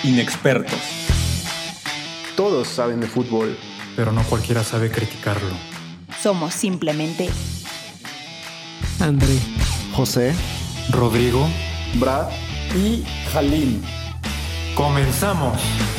Inexpertos. Todos saben de fútbol, pero no cualquiera sabe criticarlo. Somos simplemente André, José, Rodrigo, Brad y Halim. ¡Comenzamos!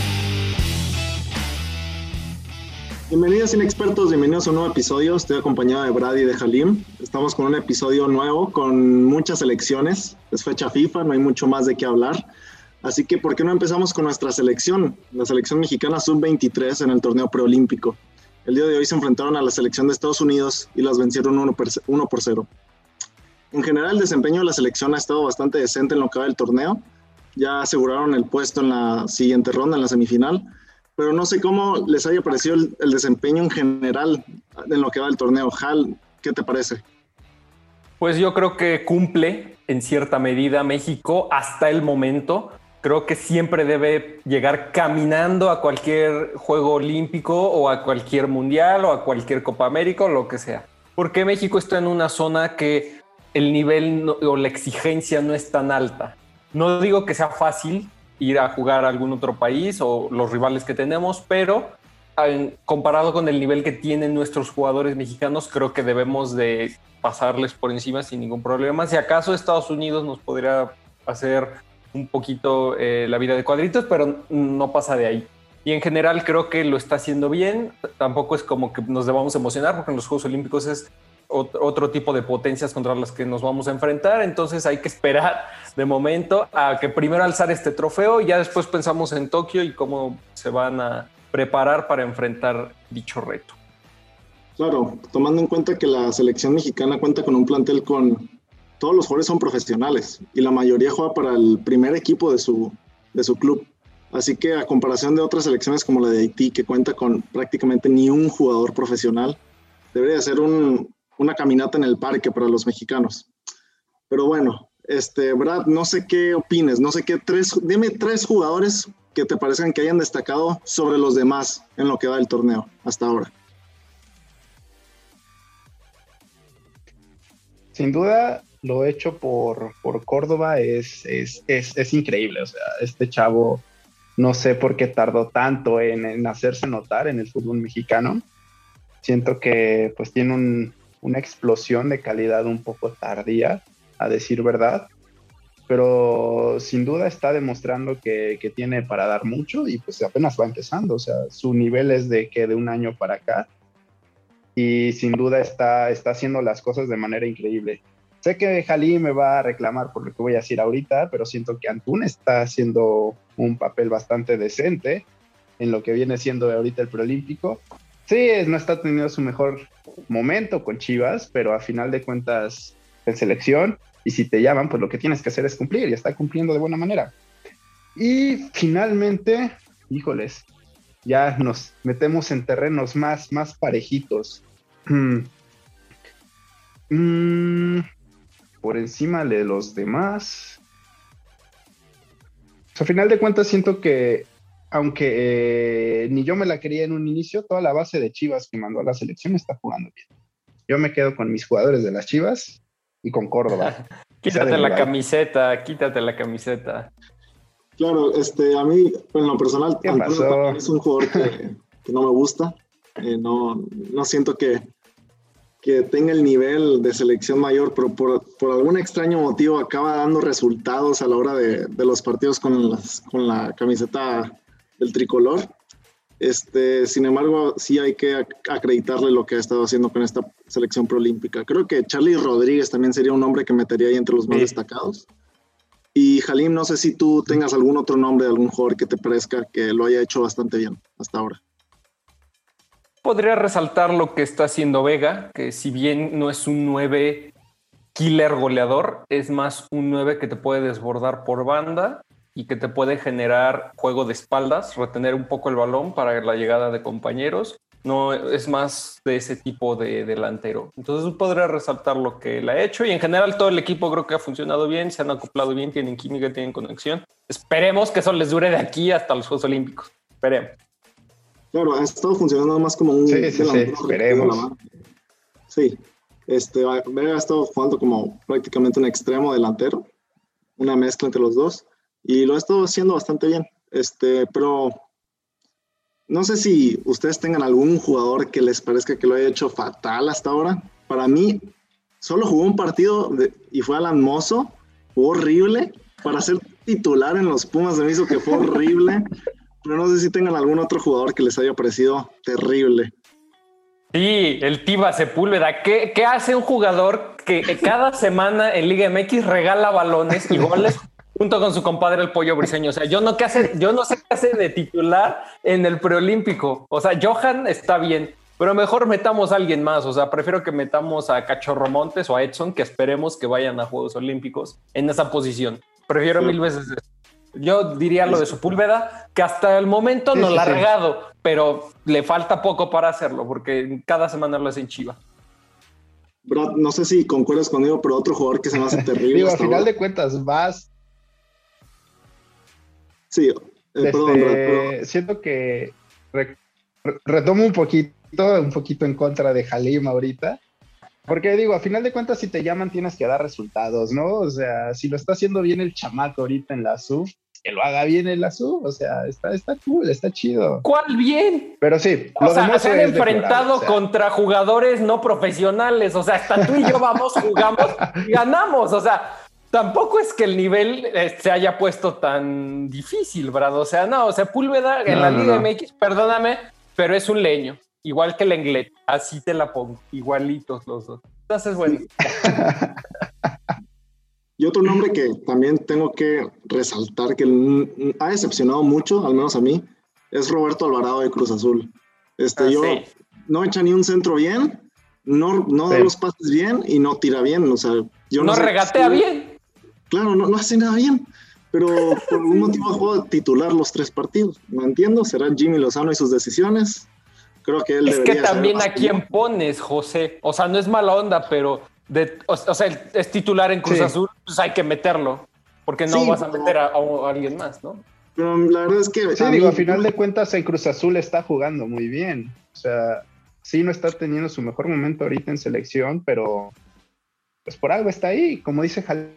Bienvenidos Inexpertos, bienvenidos a un nuevo episodio. Estoy acompañado de Brad y de Halim. Estamos con un episodio nuevo, con muchas selecciones. Es fecha FIFA, no hay mucho más de qué hablar. Así que, ¿por qué no empezamos con nuestra selección? La selección mexicana sub-23 en el torneo preolímpico. El día de hoy se enfrentaron a la selección de Estados Unidos y las vencieron 1-0. En general, el desempeño de la selección ha estado bastante decente en lo que va del torneo. Ya aseguraron el puesto en la siguiente ronda, en la semifinal. Pero no sé cómo les haya parecido el desempeño en general en lo que va del torneo. Hal, ¿qué te parece? Pues yo creo que cumple en cierta medida México hasta el momento. Creo que siempre debe llegar caminando a cualquier juego olímpico o a cualquier mundial o a cualquier Copa América o lo que sea. Porque México está en una zona que el nivel o la exigencia no es tan alta. No digo que sea fácil ir a jugar a algún otro país o los rivales que tenemos, pero comparado con el nivel que tienen nuestros jugadores mexicanos, creo que debemos de pasarles por encima sin ningún problema. Si acaso Estados Unidos nos podría hacer un poquito la vida de cuadritos, pero no pasa de ahí. Y en general creo que lo está haciendo bien. Tampoco es como que nos debamos emocionar, porque en los Juegos Olímpicos es otro tipo de potencias contra las que nos vamos a enfrentar. Entonces hay que esperar de momento a que primero alzar este trofeo y ya después pensamos en Tokio y cómo se van a preparar para enfrentar dicho reto. Claro, tomando en cuenta que la selección mexicana cuenta con un plantel con... Todos los jugadores son profesionales y la mayoría juega para el primer equipo de su club. Así que a comparación de otras selecciones como la de Haití, que cuenta con prácticamente ni un jugador profesional, debería ser una caminata en el parque para los mexicanos. Pero bueno, Brad, no sé qué opines, dime tres jugadores que te parezcan que hayan destacado sobre los demás en lo que va del torneo hasta ahora. Sin duda, lo hecho por Córdoba es increíble. O sea, este chavo, no sé por qué tardó tanto en hacerse notar en el fútbol mexicano. Siento que pues tiene una explosión de calidad un poco tardía, a decir verdad, pero sin duda está demostrando que tiene para dar mucho y pues apenas va empezando. O sea, su nivel es de un año para acá y sin duda está haciendo las cosas de manera increíble. Sé que Halim me va a reclamar por lo que voy a decir ahorita, pero siento que Antún está haciendo un papel bastante decente en lo que viene siendo ahorita el preolímpico. Sí, no está teniendo su mejor momento con Chivas, pero a final de cuentas en selección, y si te llaman, pues lo que tienes que hacer es cumplir, y está cumpliendo de buena manera. Y finalmente, híjoles, ya nos metemos en terrenos más parejitos. Por encima de los demás. A final de cuentas siento que aunque ni yo me la quería en un inicio, toda la base de Chivas que mandó a la selección está jugando bien. Yo me quedo con mis jugadores de las Chivas y con Córdoba. Quítate la camiseta. Claro, a mí, en lo personal, es un jugador que no me gusta. No siento que tenga el nivel de selección mayor, pero por algún extraño motivo acaba dando resultados a la hora de los partidos con la camiseta del tricolor. Sin embargo, sí hay que acreditarle lo que ha estado haciendo con esta selección preolímpica. Creo que Charly Rodríguez también sería un nombre que metería ahí entre los más destacados. Y Halim, no sé si tú tengas algún otro nombre de algún jugador que te parezca que lo haya hecho bastante bien hasta ahora. Podría resaltar lo que está haciendo Vega, que si bien no es un 9 killer goleador, es más un 9 que te puede desbordar por banda y que te puede generar juego de espaldas, retener un poco el balón para la llegada de compañeros. No es más de ese tipo de delantero. Entonces podría resaltar lo que él ha hecho y en general todo el equipo creo que ha funcionado bien, se han acoplado bien, tienen química, tienen conexión. Esperemos que eso les dure de aquí hasta los Juegos Olímpicos. Esperemos. Claro, ha estado funcionando más como un... Sí, esperemos. Sí, Vega ha estado jugando como prácticamente un extremo delantero, una mezcla entre los dos, y lo ha estado haciendo bastante bien. pero no sé si ustedes tengan algún jugador que les parezca que lo haya hecho fatal hasta ahora. Para mí, solo jugó un partido y fue Alan Mozo, jugó horrible. Para ser titular en los Pumas se me hizo que fue horrible, pero no sé si tengan algún otro jugador que les haya parecido terrible. Sí, el Tiva Sepúlveda. ¿Qué hace un jugador que cada semana en Liga MX regala balones y goles junto con su compadre el Pollo Briseño? O sea, yo no sé qué hace de titular en el preolímpico. O sea, Johan está bien, pero mejor metamos a alguien más. O sea, prefiero que metamos a Cachorro Montes o a Edson, que esperemos que vayan a Juegos Olímpicos en esa posición. Prefiero mil veces eso. Yo diría lo de Sepúlveda, que hasta el momento no la ha regado, pero le falta poco para hacerlo, porque cada semana lo hacen chiva. Brad, no sé si concuerdas conmigo, pero otro jugador que se me hace terrible. Digo, al final de cuentas vas... Sí, perdón, Brad. Siento que retomo un poquito en contra de Halim ahorita, porque digo, a final de cuentas si te llaman tienes que dar resultados, ¿no? O sea, si lo está haciendo bien el chamaco ahorita en la SUF, que lo haga bien en la SUF, o sea, está cool, está chido. ¿Cuál bien? Pero sí, o sea, se han enfrentado contra jugadores no profesionales, o sea, hasta tú y yo jugamos y ganamos, o sea, tampoco es que el nivel se haya puesto tan difícil, ¿verdad? O sea, no, o sea, Sepúlveda en la Liga MX, perdóname, pero es un leño. Igual que el Lenglet, así te la pongo, igualitos los dos. Entonces, bueno. Y otro nombre que también tengo que resaltar, que ha decepcionado mucho, al menos a mí, es Roberto Alvarado de Cruz Azul. Sí. No echa ni un centro bien, no da los pases bien y no tira bien. O sea, yo no sé regatea bien. Claro, no hace nada bien. Pero por algún motivo ha jugado titular los 3 partidos. No entiendo, será Jimmy Lozano y sus decisiones. Creo que él debería. Es que también a quién pones, José. O sea, no es mala onda, pero o sea, es titular en Cruz Azul, pues hay que meterlo. Porque no vas a meter a alguien más, ¿no? Pero la verdad es que... Sí, a final de cuentas en Cruz Azul está jugando muy bien. O sea, sí no está teniendo su mejor momento ahorita en selección, pero pues por algo está ahí, como dice Jal.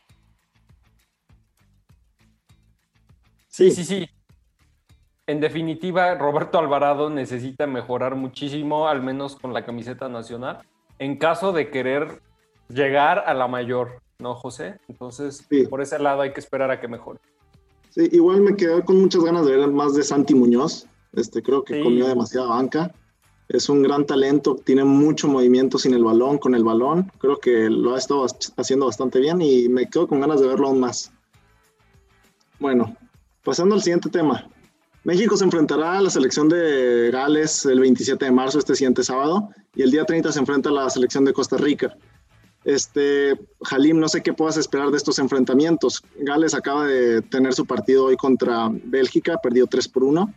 Sí. En definitiva, Roberto Alvarado necesita mejorar muchísimo, al menos con la camiseta nacional, en caso de querer llegar a la mayor, ¿no, José? Entonces, por ese lado hay que esperar a que mejore. Sí, igual me quedé con muchas ganas de ver más de Santi Muñoz. Creo que comió demasiada banca. Es un gran talento, tiene mucho movimiento sin el balón, con el balón. Creo que lo ha estado haciendo bastante bien y me quedo con ganas de verlo aún más. Bueno, pasando al siguiente tema. México se enfrentará a la selección de Gales el 27 de marzo, este siguiente sábado, y el día 30 se enfrenta a la selección de Costa Rica. Halim, no sé qué puedas esperar de estos enfrentamientos. Gales acaba de tener su partido hoy contra Bélgica, perdió 3-1,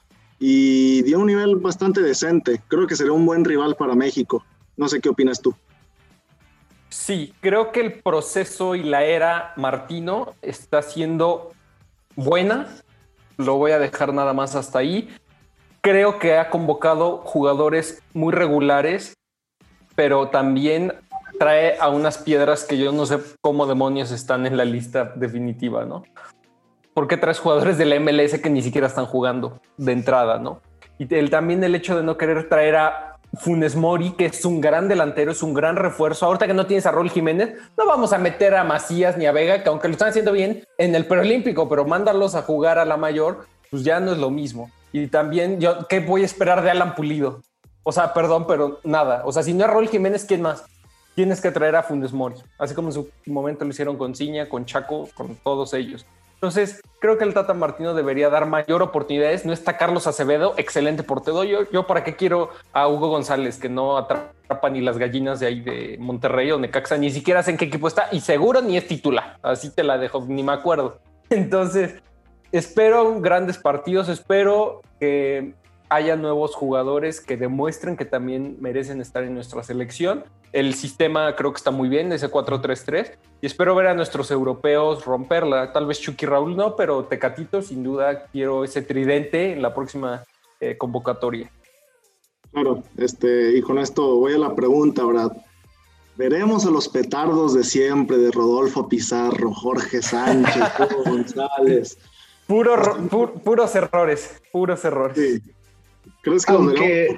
y dio un nivel bastante decente. Creo que será un buen rival para México. No sé qué opinas tú. Sí, creo que el proceso y la era Martino está siendo buena. Lo voy a dejar nada más hasta ahí. Creo que ha convocado jugadores muy regulares, pero también trae a unas piedras que yo no sé cómo demonios están en la lista definitiva, ¿no? ¿Por qué traes jugadores de la MLS que ni siquiera están jugando de entrada, ¿no? Y también el hecho de no querer traer a Funes Mori, que es un gran delantero, es un gran refuerzo. Ahorita que no tienes a Raúl Jiménez, no vamos a meter a Macías ni a Vega, que aunque lo están haciendo bien en el preolímpico, pero mándalos a jugar a la mayor, pues ya no es lo mismo. Y también yo, ¿qué voy a esperar de Alan Pulido? O sea, perdón, pero nada. O sea, si no es Raúl Jiménez, ¿quién más? Tienes que traer a Funes Mori, así como en su momento lo hicieron con Ciña, con Chaco, con todos ellos. Entonces, creo que el Tata Martino debería dar mayor oportunidades. No está Carlos Acevedo, excelente portero. Yo ¿para qué quiero a Hugo González, que no atrapa ni las gallinas de ahí de Monterrey o Necaxa? Ni siquiera sé en qué equipo está y seguro ni es titular. Así te la dejo, ni me acuerdo. Entonces, espero grandes partidos. Espero que haya nuevos jugadores que demuestren que también merecen estar en nuestra selección. El sistema creo que está muy bien, ese 4-3-3, y espero ver a nuestros europeos romperla. Tal vez Chucky Raúl no, pero Tecatito sin duda quiero ese tridente en la próxima convocatoria. Claro, y con esto voy a la pregunta, Brad. ¿Veremos a los petardos de siempre, de Rodolfo Pizarro, Jorge Sánchez, Hugo González, Puros errores. Sí. ¿Crees que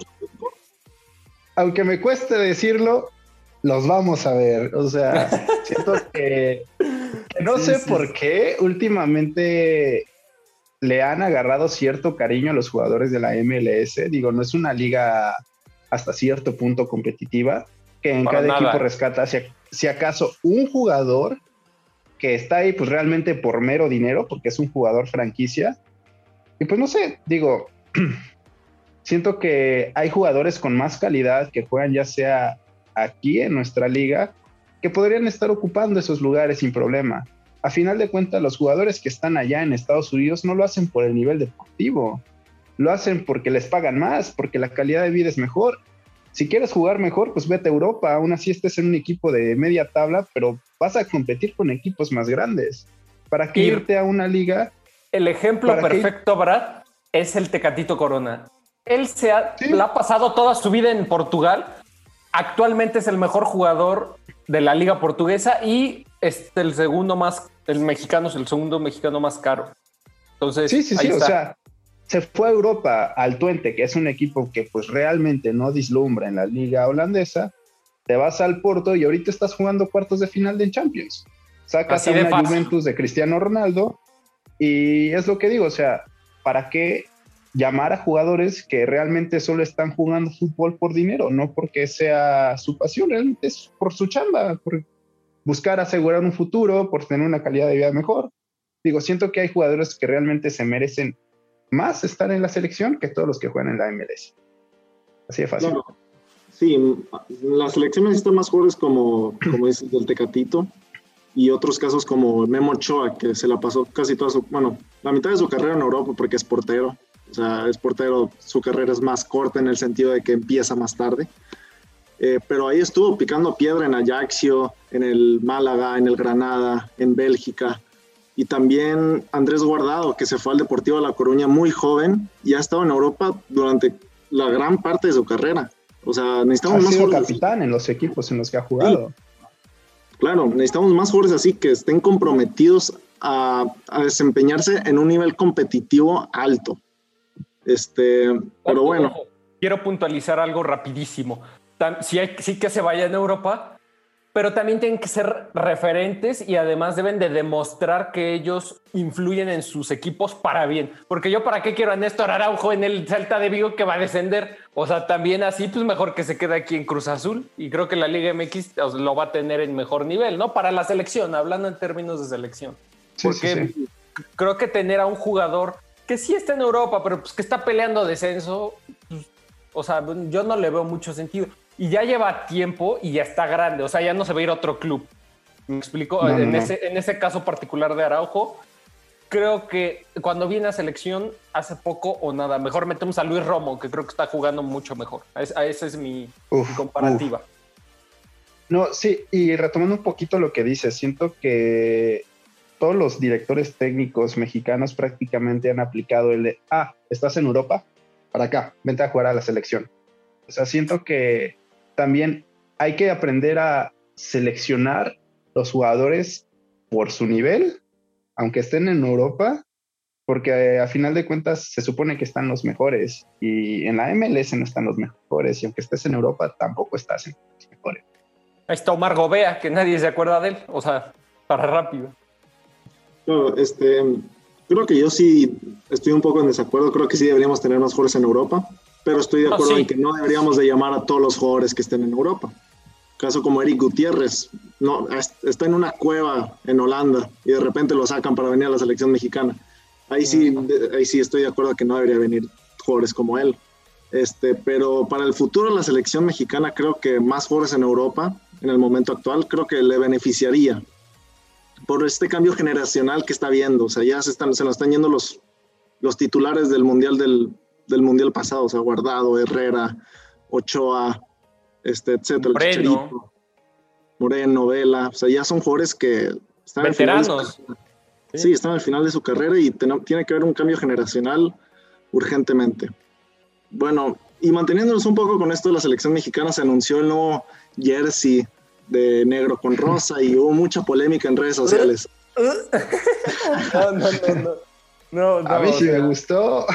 aunque me cueste decirlo, los vamos a ver. O sea, siento que no sé por qué últimamente le han agarrado cierto cariño a los jugadores de la MLS. Digo, no es una liga hasta cierto punto competitiva, que en cada equipo rescata si acaso un jugador que está ahí pues realmente por mero dinero, porque es un jugador franquicia. Y pues no sé, digo, siento que hay jugadores con más calidad que juegan ya sea aquí en nuestra liga, que podrían estar ocupando esos lugares sin problema. A final de cuentas, los jugadores que están allá en Estados Unidos no lo hacen por el nivel deportivo, lo hacen porque les pagan más, porque la calidad de vida es mejor. Si quieres jugar mejor, pues vete a Europa, aún así estés en un equipo de media tabla, pero vas a competir con equipos más grandes. ¿Para qué irte a una liga? El ejemplo perfecto, Brad, es el Tecatito Corona. Él la ha pasado toda su vida en Portugal. Actualmente es el mejor jugador de la liga portuguesa y es el segundo mexicano más caro. Entonces, sí, o sea, se fue a Europa, al Twente, que es un equipo que pues realmente no vislumbra en la liga holandesa. Te vas al Porto y ahorita estás jugando cuartos de final de Champions. Sacas a una Juventus de Cristiano Ronaldo y es lo que digo, o sea, ¿para qué llamar a jugadores que realmente solo están jugando fútbol por dinero? No porque sea su pasión, realmente es por su chamba, por buscar asegurar un futuro, por tener una calidad de vida mejor. Digo, siento que hay jugadores que realmente se merecen más estar en la selección que todos los que juegan en la MLS. Así de fácil. Claro. Sí, la selección necesita más jugadores como dices, del Tecatito, y otros casos como Memo Ochoa, que se la pasó casi la mitad de su carrera en Europa porque es portero. O sea, es portero, su carrera es más corta en el sentido de que empieza más tarde. Pero ahí estuvo picando piedra en Ajaccio, en el Málaga, en el Granada, en Bélgica. Y también Andrés Guardado, que se fue al Deportivo de La Coruña muy joven y ha estado en Europa durante la gran parte de su carrera. O sea, necesitamos más jugadores. Ha sido capitán en los equipos en los que ha jugado. Sí. Claro, necesitamos más jugadores así que estén comprometidos a desempeñarse en un nivel competitivo alto. Pero bueno. Quiero puntualizar algo rapidísimo. Sí que se vayan a Europa, pero también tienen que ser referentes y además deben de demostrar que ellos influyen en sus equipos para bien. Porque yo para qué quiero a Néstor Araujo en el Celta de Vigo que va a descender. O sea, también así pues mejor que se quede aquí en Cruz Azul y creo que la Liga MX lo va a tener en mejor nivel, ¿no? Para la selección, hablando en términos de selección. Porque creo que tener a un jugador que sí está en Europa, pero pues que está peleando descenso, pues, o sea, yo no le veo mucho sentido. Y ya lleva tiempo y ya está grande, o sea, ya no se va a ir a otro club. ¿Me explico? En ese caso particular de Araujo, creo que cuando viene a selección hace poco o nada, mejor metemos a Luis Romo, que creo que está jugando mucho mejor. Esa es mi comparativa. No, sí, y retomando un poquito lo que dices, siento que todos los directores técnicos mexicanos prácticamente han aplicado el de, estás en Europa, para acá, vente a jugar a la selección. O sea, siento que también hay que aprender a seleccionar los jugadores por su nivel, aunque estén en Europa, porque a final de cuentas se supone que están los mejores y en la MLS no están los mejores y aunque estés en Europa tampoco estás en los mejores. Ahí está Omar Gobea, que nadie se acuerda de él, o sea, para rápido. No, creo que yo sí estoy un poco en desacuerdo, creo que sí deberíamos tener más jugadores en Europa, pero estoy de acuerdo en que no deberíamos de llamar a todos los jugadores que estén en Europa. Caso como Eric Gutiérrez, no, está en una cueva en Holanda y de repente lo sacan para venir a la selección mexicana. Ahí sí estoy de acuerdo que no debería venir jugadores como él. Pero para el futuro de la selección mexicana creo que más jugadores en Europa, en el momento actual, creo que le beneficiaría por este cambio generacional que está viendo. O sea, ya se nos están yendo los titulares del mundial del mundial pasado, o sea, Guardado, Herrera, Ochoa, etcétera, Moreno, Vela, o sea, ya son jugadores que están veteranos. Sí, están al final de su carrera y tiene que haber un cambio generacional urgentemente. Bueno, y manteniéndonos un poco con esto de la selección mexicana, se anunció el nuevo jersey de negro con rosa y hubo mucha polémica en redes sociales. No. No, A mí o sí me sea, gustó.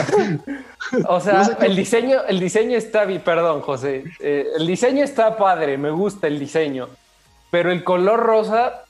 O sea, No sé qué- el diseño está bien, perdón, José. El diseño está padre, me gusta el diseño. Pero el color rosa,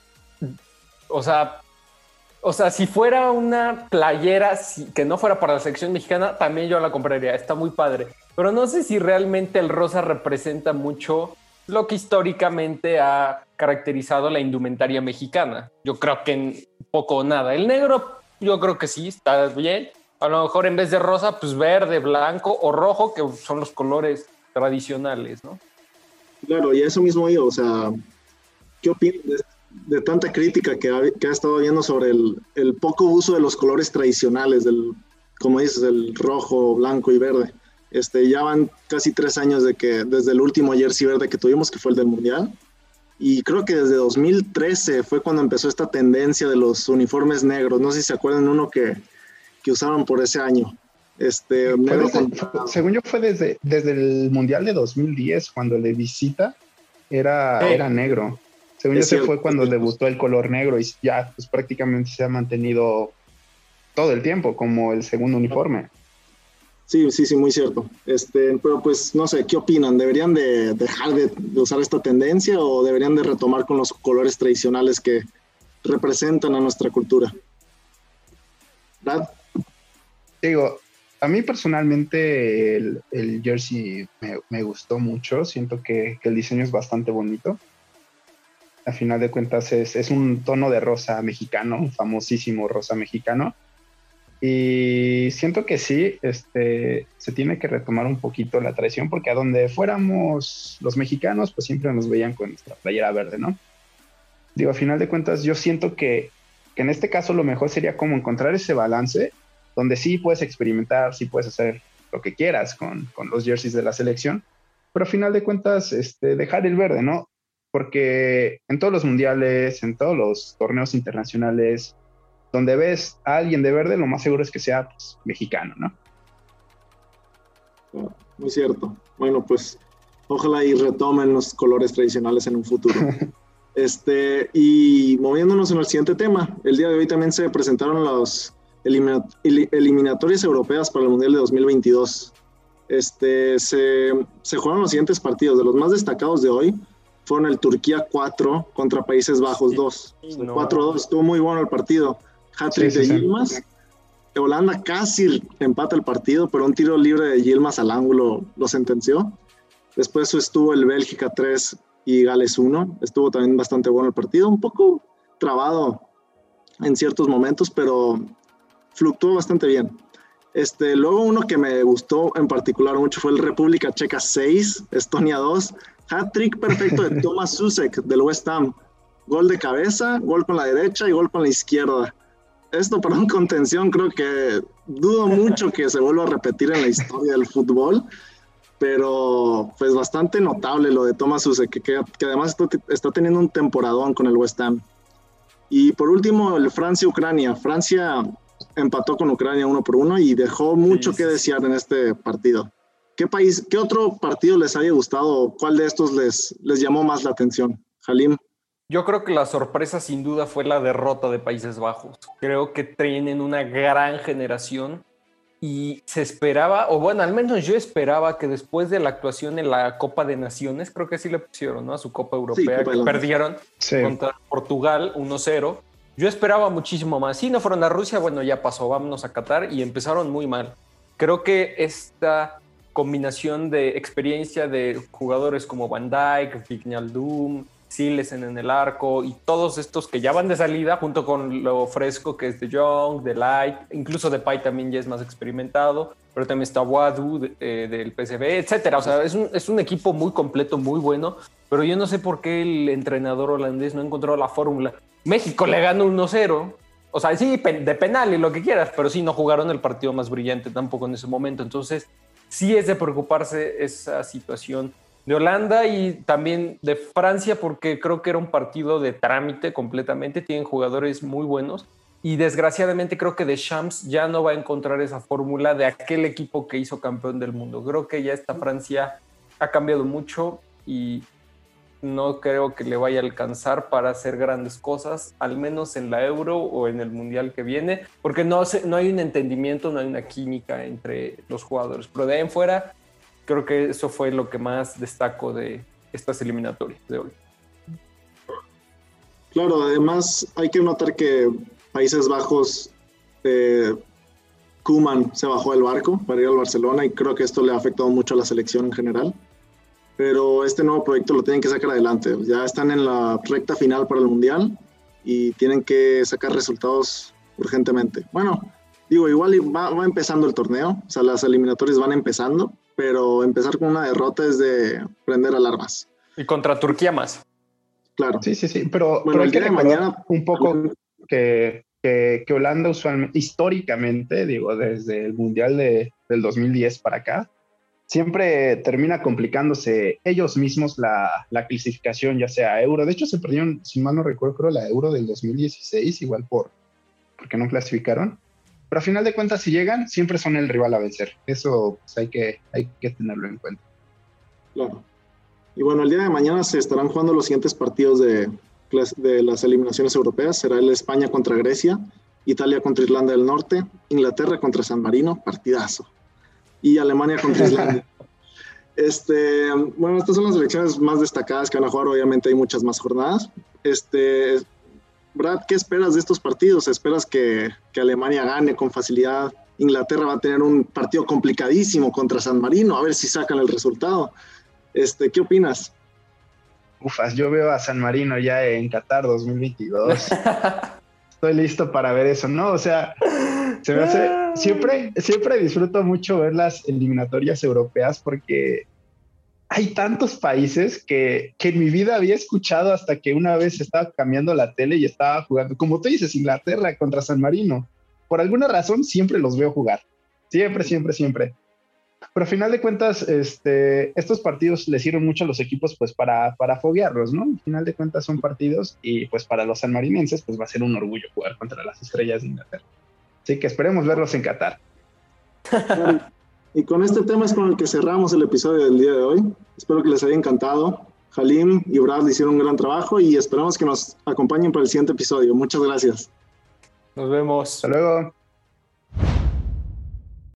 o sea, si fuera una playera que no fuera para la selección mexicana, también yo la compraría. Está muy padre. Pero no sé si realmente el rosa representa mucho lo que históricamente ha caracterizado la indumentaria mexicana. Yo creo que en poco o nada. El negro, yo creo que sí, está bien. A lo mejor en vez de rosa, pues verde, blanco o rojo, que son los colores tradicionales, ¿no? Claro, y eso mismo yo, o sea, ¿qué opinas de tanta crítica que ha estado habiendo sobre el poco uso de los colores tradicionales, como dices, el rojo, blanco y verde? Ya van casi 3 años desde el último jersey verde que tuvimos, que fue el del Mundial, y creo que desde 2013 fue cuando empezó esta tendencia de los uniformes negros. No sé si se acuerdan uno que usaron por ese año. Negro Según yo fue desde el Mundial de 2010, cuando le visita, era negro. Según yo, ese fue cuando debutó el color negro y ya pues prácticamente se ha mantenido todo el tiempo como el segundo uniforme. Sí, muy cierto. Pero pues no sé, ¿qué opinan? ¿Deberían de dejar de usar esta tendencia o deberían de retomar con los colores tradicionales que representan a nuestra cultura? ¿Verdad? Digo, a mí personalmente el jersey me gustó mucho. Siento que el diseño es bastante bonito. A final de cuentas es un tono de rosa mexicano, un famosísimo rosa mexicano. Y siento que sí, se tiene que retomar un poquito la tradición, porque a donde fuéramos los mexicanos, pues siempre nos veían con nuestra playera verde, ¿no? Digo, a final de cuentas, yo siento que en este caso lo mejor sería como encontrar ese balance, donde sí puedes experimentar, sí puedes hacer lo que quieras con los jerseys de la selección, pero a final de cuentas, dejar el verde, ¿no? Porque en todos los mundiales, en todos los torneos internacionales, donde ves a alguien de verde, lo más seguro es que sea pues, mexicano, ¿no? Muy cierto. Bueno, pues ojalá y retomen los colores tradicionales en un futuro. Y moviéndonos en el siguiente tema, el día de hoy también se presentaron las eliminatorias europeas para el Mundial de 2022. Se jugaron los siguientes partidos. De los más destacados de hoy fueron el Turquía 4 contra Países Bajos 2. Sí, 4-2, estuvo muy bueno el partido. Hat-trick de Yilmaz. Holanda casi empata el partido, pero un tiro libre de Yilmaz al ángulo lo sentenció. Después estuvo el Bélgica 3 y Gales 1. Estuvo también bastante bueno el partido, un poco trabado en ciertos momentos, pero fluctuó bastante bien. Luego uno que me gustó en particular mucho fue el República Checa 6, Estonia 2. Hat-trick perfecto de Tomáš Susek del West Ham. Gol de cabeza, gol con la derecha y gol con la izquierda. Esto para un contención creo que dudo mucho que se vuelva a repetir en la historia del fútbol, pero pues bastante notable lo de Tomáš Susek, que además está teniendo un temporadón con el West Ham. Y por último, el Francia-Ucrania. Francia empató con Ucrania 1-1 y dejó mucho que desear en este partido. ¿Qué otro partido les haya gustado? ¿Cuál de estos les llamó más la atención? Halim. Yo creo que la sorpresa sin duda fue la derrota de Países Bajos. Creo que tienen una gran generación y se esperaba, o bueno, al menos yo esperaba que después de la actuación en la Copa de Naciones, creo que sí le pusieron, ¿no? A su Copa Europea, sí, que perdieron contra Portugal 1-0. Yo esperaba muchísimo más. Si no fueron a Rusia, bueno, ya pasó, vámonos a Qatar, y empezaron muy mal. Creo que esta combinación de experiencia de jugadores como Van Dijk, Wijnaldum, Silesen en el arco y todos estos que ya van de salida, junto con lo fresco que es De Jong, De Ligt, incluso Depay también ya es más experimentado, pero también está Wadu del PSV, etcétera. O sea, es un equipo muy completo, muy bueno, pero yo no sé por qué el entrenador holandés no encontró la fórmula. México le ganó 1-0, o sea, sí, de penal y lo que quieras, pero sí, no jugaron el partido más brillante tampoco en ese momento. Entonces, sí es de preocuparse esa situación de Holanda y también de Francia, porque creo que era un partido de trámite completamente. Tienen jugadores muy buenos y desgraciadamente creo que Deschamps ya no va a encontrar esa fórmula de aquel equipo que hizo campeón del mundo. Creo que ya esta Francia ha cambiado mucho y no creo que le vaya a alcanzar para hacer grandes cosas, al menos en la Euro o en el Mundial que viene, porque no hay un entendimiento, no hay una química entre los jugadores. Pero de ahí en fuera, creo que eso fue lo que más destaco de estas eliminatorias de hoy. Claro, además hay que notar que Países Bajos, Koeman se bajó del barco para ir al Barcelona y creo que esto le ha afectado mucho a la selección en general. Pero este nuevo proyecto lo tienen que sacar adelante. Ya están en la recta final para el Mundial y tienen que sacar resultados urgentemente. Bueno, digo, igual va empezando el torneo, o sea, las eliminatorias van empezando, pero empezar con una derrota es de prender alarmas. Y contra Turquía más. Claro. Sí, pero el hay que día de recordar mañana un poco que Holanda usualmente, históricamente, digo, desde el Mundial del 2010 para acá, siempre termina complicándose ellos mismos la clasificación, ya sea Euro. De hecho, se perdieron, si mal no recuerdo, creo la Euro del 2016, igual porque no clasificaron. Pero a final de cuentas, si llegan, siempre son el rival a vencer. Eso pues, hay que tenerlo en cuenta. Claro. Y bueno, el día de mañana se estarán jugando los siguientes partidos de las eliminaciones europeas. Será el España contra Grecia, Italia contra Irlanda del Norte, Inglaterra contra San Marino, partidazo, y Alemania contra Islandia. Bueno, estas son las selecciones más destacadas que van a jugar. Obviamente hay muchas más jornadas. Brad, ¿qué esperas de estos partidos? ¿Esperas que Alemania gane con facilidad? Inglaterra va a tener un partido complicadísimo contra San Marino, a ver si sacan el resultado. ¿Qué opinas? Ufas, yo veo a San Marino ya en Qatar 2022. Estoy listo para ver eso, ¿no? O sea, se me hace... Siempre disfruto mucho ver las eliminatorias europeas porque hay tantos países que en mi vida había escuchado hasta que una vez estaba cambiando la tele y estaba jugando. Como tú dices, Inglaterra contra San Marino. Por alguna razón siempre los veo jugar. Siempre. Pero a final de cuentas, estos partidos les sirven mucho a los equipos pues para foguearlos, ¿no? Al final de cuentas son partidos y pues para los sanmarinenses pues va a ser un orgullo jugar contra las estrellas de Inglaterra. Así que esperemos verlos en Qatar. Bueno, y con este tema es con el que cerramos el episodio del día de hoy. Espero que les haya encantado. Halim y Brad hicieron un gran trabajo y esperamos que nos acompañen para el siguiente episodio. Muchas gracias. Nos vemos. Hasta luego.